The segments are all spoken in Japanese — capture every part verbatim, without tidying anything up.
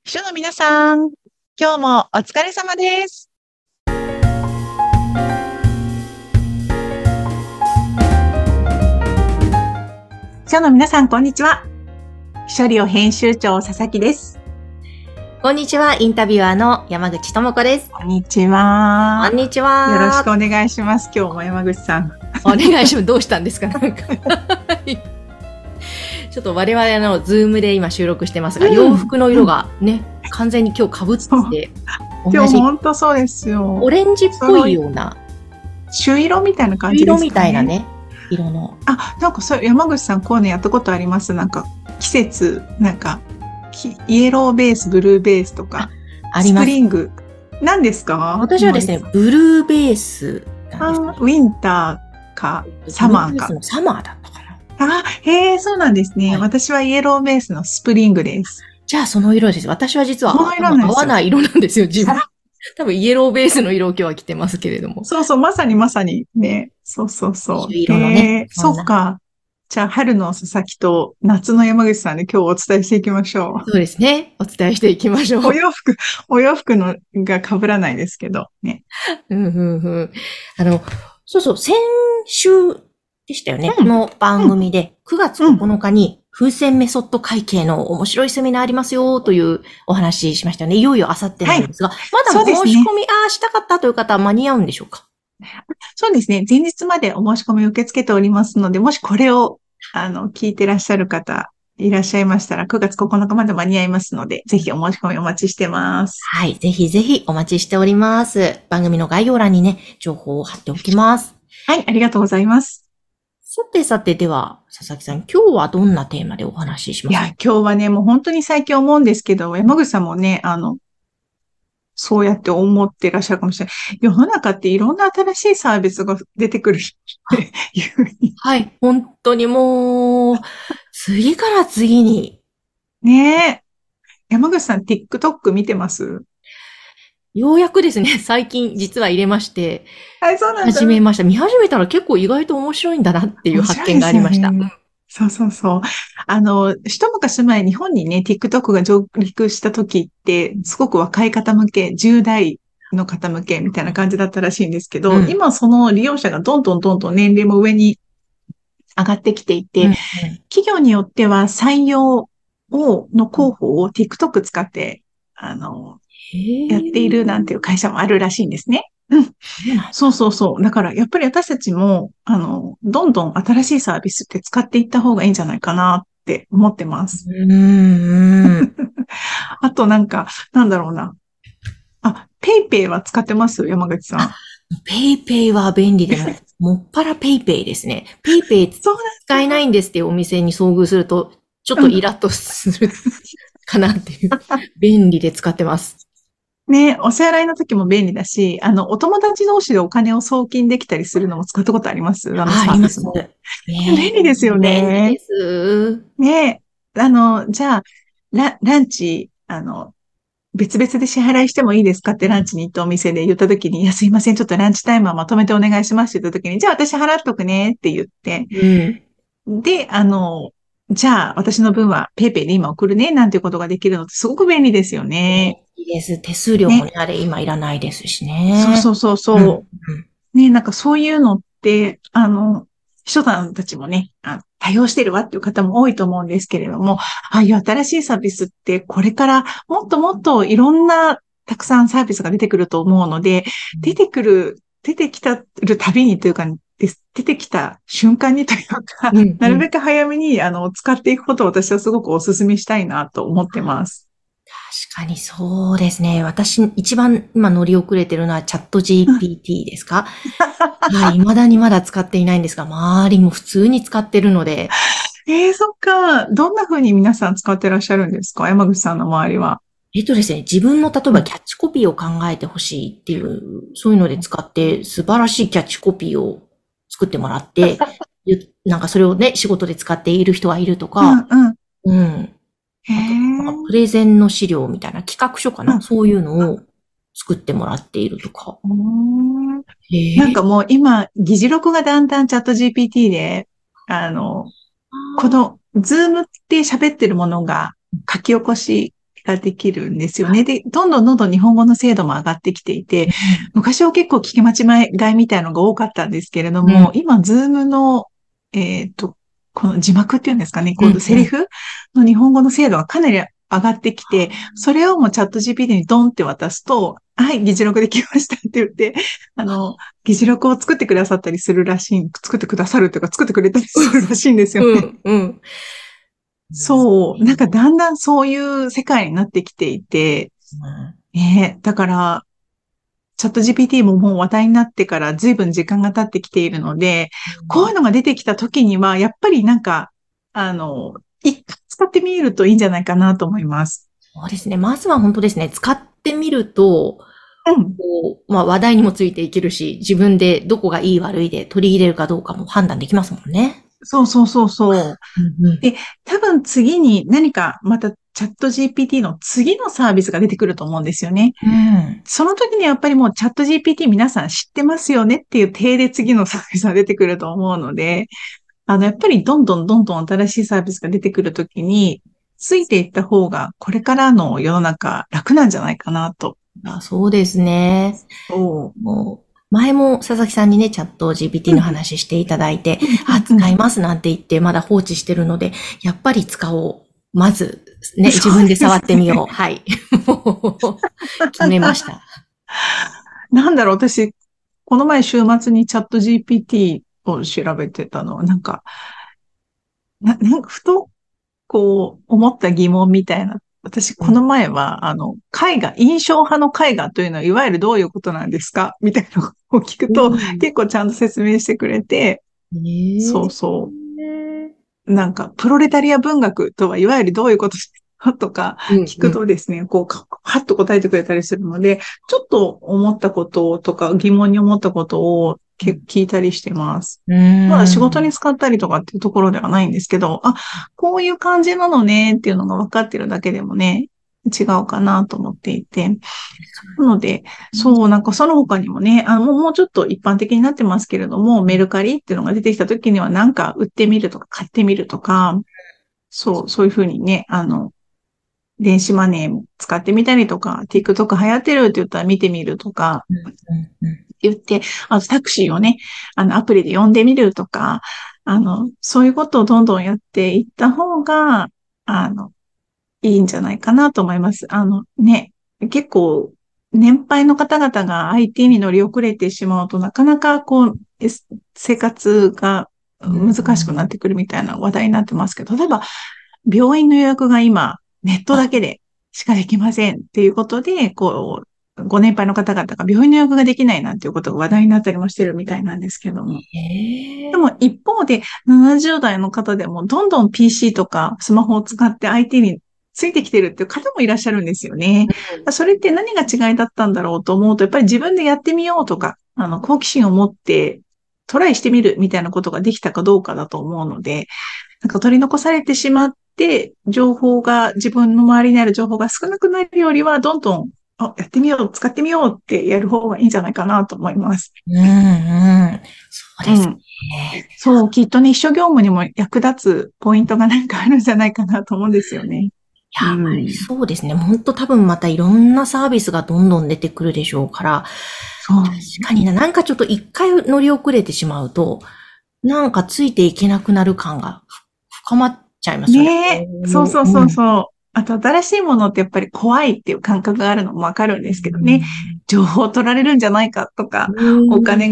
秘書の皆さん、今日もお疲れ様です。秘書の皆さん、こんにちは。秘書寮編集長、佐々木です。 こんにちは。インタビュアーの山口智子です。 こんにちは。 こんにちは。 よろしくお願いします。今日も山口さん。 お願いします。どうしたんですかなんかちょっと我々のズームで今収録してますが、うん、洋服の色がね、うん、完全に今日被ってて、 今日本当そうですよ。 オレンジっぽいような。 朱色みたいな感じですかね。 朱色みたいなね、色の。 あ、なんかそう、山口さんこういうのやったことあります？なんか季節、なんか、イエローベース、ブルーベースとか、あります。スプリング。何ですか？ 私はですね、ブルーベースなんです、ね。 ウィンターか、サマーか。 サマーだったかな。 あ、へえ、そうなんですね、はい。私はイエローベースのスプリングです。 じゃあその色です。私は実は合わない色なんですよ、自分。多分イエローベースの色を今日は着てますけれども。 そうそう、まさにまさにね。そうそうそう。 色のね。 そっか。じゃあ、春の佐々木と夏の山口さんで今日お伝えしていきましょう。そうですね。お伝えしていきましょう。 お洋服、お洋服のが被らないですけどね。 うんうんうん。あの、そうそう、先週でしたよね。うん、この番組でくがつここのかに風船メソッド会計の面白いセミナーありますよというお話ししましたよね。いよいよあさってなんですが、はい、まだ申し込み、ね、ああ、したかったという方は間に合うんでしょうか？ そうですね。前日までお申し込み受け付けておりますので、もしこれを、あの、聞いてらっしゃる方いらっしゃいましたら、くがつここのかまで間に合いますので、ぜひお申し込みお待ちしてます。 はい。ぜひぜひお待ちしております。番組の概要欄にね、情報を貼っておきます。 はい。ありがとうございます。 さてさて、では、佐々木さん、今日はどんなテーマでお話ししますか？ いや、今日はね、もう本当に最近思うんですけど、山口さんもね、あの、そうやって思ってらっしゃるかもしれない。世の中っていろんな新しいサービスが出てくるっていうふうに。 はい。本当にもう、次から次に。 ねえ。山口さん、TikTok 見てます？ ようやくですね、最近実は入れまして。 はい、そうなんだ。 始めました。見始めたら結構意外と面白いんだなっていう発見がありました。ね、 そうそうそう。あの、一昔前日本にね、TikTok が上陸した時って、すごく若い方向け、じゅう代の方向けみたいな感じだったらしいんですけど、うん、今その利用者がどんどんどんどん年齢も上に上がってきていて、うんうん、企業によっては採用を、の広報を TikTok 使って、あの、やっているなんていう会社もあるらしいんですね。うん。そうそうそう。だから、やっぱり私たちも、あの、どんどん新しいサービスって使っていった方がいいんじゃないかなって思ってます。 うんうん、 あとなんか、なんだろうな。あ、ペイペイは使ってます？山口さん。 ペイペイは便利でも、もっぱらペイペイですね。ペイペイ使えないんですっていうお店に遭遇すると、ちょっとイラッとするかなっていう。便利で使ってます。 ね、お支払いの時も便利だし、あの、お友達同士でお金を送金できたりするのも使ったことあります？あのサービスも。便利ですよね。 便利です。 ね、あの、じゃあ、ラ、ランチ、あの、別々で支払いしてもいいですかってランチに行ったお店で言った時に、いや、すいません、ちょっとランチタイムはまとめてお願いしますって言った時に、じゃあ私払っとくねって言って、うん、で、あの、じゃあ私の分はペイペイで今送るねなんていうことができるのってすごく便利ですよね。 いいです。手数料もね、ねあれ今いらないですしね。 そうそうそうそう。うんうん、ね、なんかそういうのって、あの、秘書さんたちもね、あ多用してるわっていう方も多いと思うんですけれども、ああいう新しいサービスってこれからもっともっといろんなたくさんサービスが出てくると思うので、出てくる、出てきたるたびにというか、出てきた瞬間にというか、うんうん、なるべく早めにあの使っていくことを私はすごくお勧めしたいなと思ってます。 確かにそうですね。私、一番今乗り遅れてるのはチャット ジーピーティー ですか？はい、未だにまだ使っていないんですが、周りも普通に使ってるので。 えー、そっか。どんな風に皆さん使ってらっしゃるんですか？山口さんの周りは。 えっとですね、自分の例えばキャッチコピーを考えてほしいっていう、そういうので使って素晴らしいキャッチコピーを作ってもらって、なんかそれをね、仕事で使っている人がいるとか、うん、うん。うんあと、なんかプレゼンの資料みたいな企画書かな、うん、そういうのを作ってもらっているとか。 なんかもう今、議事録がだんだんチャット ジーピーティー で、あの、この、ズームって喋ってるものが書き起こしができるんですよね。で、どんどんどんどん日本語の精度も上がってきていて、昔は結構聞き間違いみたいなのが多かったんですけれども、 うん。 今、ズームの、えっと、この字幕っていうんですかね、 うん。 こうセリフの日本語の精度がかなり上がってきて、それをもうチャット ジーピーティー にドンって渡すと、はい、議事録できましたって言って、あの、議事録を作ってくださったりするらしい、作ってくださるというか作ってくれたりするらしいんですよね。 うん。うん。 そう、なんかだんだんそういう世界になってきていて、ね、だから、チャット ジーピーティー ももう話題になってから随分時間が経ってきているので、こういうのが出てきた時には、やっぱりなんか、あの、一回使ってみるといいんじゃないかなと思います。 そうですね。まずは本当ですね。使ってみると、 うん。 こう、まあ話題にもついていけるし、自分でどこがいい悪いで取り入れるかどうかも判断できますもんね。 そうそうそうそう。 うんうん。 で、多分次に何かまたチャット ジーピーティー の次のサービスが出てくると思うんですよね。 うん。 その時にやっぱりもうチャット ジーピーティー 皆さん知ってますよねっていう体で次のサービスが出てくると思うので、あの、やっぱりどんどんどんどん新しいサービスが出てくるときに、ついていった方が、これからの世の中楽なんじゃないかなと。 あ、そうですね。 そもう、前も佐々木さんにね、チャット ジーピーティーう。うのん、 話していただいて、 うん、うあ、 ん、うん。 使いますなんて言ってまだ放置してるので、やっぱり使おう。まず、ね、自そう分で触っですね。 てみよう。はい。もう、決めました。 なんだろう、私、この前週末にチャット ジーピーティー を調べてたのは、なんか、な、なんかふと、こう、思った疑問みたいな。私、 うん。 この前は、あの、絵画、印象派の絵画というのは、いわゆるどういうことなんですかみたいなのを聞くと、 うん。 結構ちゃんと説明してくれて、 ねそうえ。 そう。なんか、プロレタリア文学とはいわゆるどういうことですかとか聞くうんうん。 とですね、こう、かはっと答えてくれたりするので、ちょっと思ったこととか疑問に思ったことをけ聞いたりしてます。 うまだ仕ーん。 事に使ったりとかっていうところではないんですけど、あ、こういう感じなのねっていうのが分かってるだけでもね、違うかなと思っていて。なので、そう、なんかその他にもね、あの、もうもうちょっと一般的になってますけれども、メルカリっていうのが出てきた時にはなんか売ってみるとか買ってみるとか、そう、そういうふうにね、あの、電子マネーも使ってみたりとか、TikTok 流行ってるって言ったら見てみるとか、 うんうんうん。 言って、あとタクシーをね、あの、アプリで呼んでみるとか、あの、そういうことをどんどんやっていった方が、あの、いいんじゃないかなと思います。あのね、結構、年配の方々が アイティー に乗り遅れてしまうとなかなかこう、え生活がう難しくなってくるみたいな話題になってますけど、例えば、病院の予約が今、ネットだけでしかできませんっていうことで、こう、ご年配の方々が病院の予約ができないなんていうことが話題になったりもしてるみたいなんですけども。でもへえ。 一方でななじゅう代の方でもどんどん ピーシー とかスマホを使って アイティー についてきてるっていう方もいらっしゃるんですよね。それって何が違いだったんだろうと思うと、やっぱり自分でやってみようとか、あの、好奇心を持ってトライしてみるみたいなことができたかどうかだと思うので、なんか取り残されてしまって、情報が、自分の周りにある情報が少なくなるよりは、どんどん、あ、やってみよう、使ってみようってやる方がいいんじゃないかなと思います。 うんうん。そうですうん。 ね。 そう、きっとね、秘書業務にも役立つポイントがなんかあるんじゃないかなと思うんですよね。 やうっぱりん。 そうですね。ほんと多分またいろんなサービスがどんどん出てくるでしょうから、 そう。 確かにな、なんかちょっと一回乗り遅れてしまうと、なんかついていけなくなる感が深まっちゃいますよね。 ねえ、そうそううん。 そうそう。あと新しいものってやっぱり怖いっていう感覚があるのもわかるんですけどね。情報を取られるんじゃないかとか、 うん。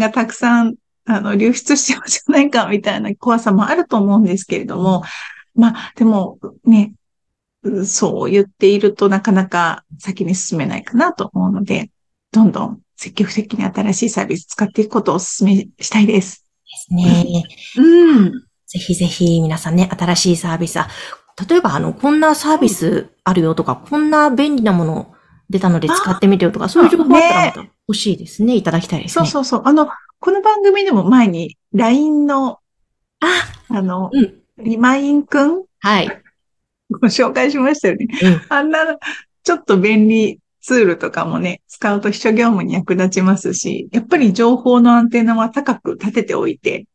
お金がたくさん、あの、流出しちゃうんじゃないかみたいな怖さもあると思うんですけれども、まあ、でもね、そう言っているとなかなか先に進めないかなと思うので、どんどん積極的に新しいサービス使っていくことをお勧めしたいです。 ですね。 うん。 ぜひぜひ皆さんね、新しいサービス、あ、例えばあの、こんなサービスあるよとか、こんな便利なもの出たので使ってみてよとか、そういう情あ、 報あったらまね、 た欲しいですね。いただきたいですね。 そうそうそう。あの、この番組でも前に ライン の、 あ、 あの、 うん。 リマインくんはい。 ご紹介しましたよね。 うん。 あんな、ちょっと便利ツールとかもね、使うと秘書業務に役立ちますし、やっぱり情報のアンテナは高く立てておいて、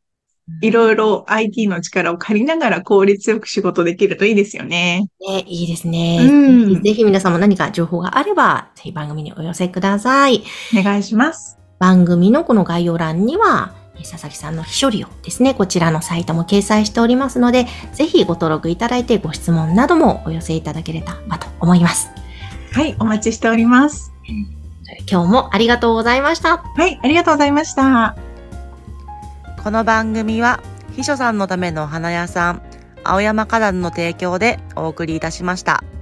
いろいろ アイティー の力を借りながら効率よく仕事できるといいですよね。 ね、いいですうね。 ん。 ぜひ皆さんも何か情報があれば、ぜひ番組にお寄せください。 お願いします。 番組のこの概要欄には、佐々木さんの秘書利用ですね、こちらのサイトも掲載しておりますので、ぜひご登録いただいてご質問などもお寄せいただければと思います。 はい、お待ちしております。 今日もありがとうございました。 はい、ありがとうございました。 この番組は秘書さんのためのお花屋さん青山花壇の提供でお送りいたしました。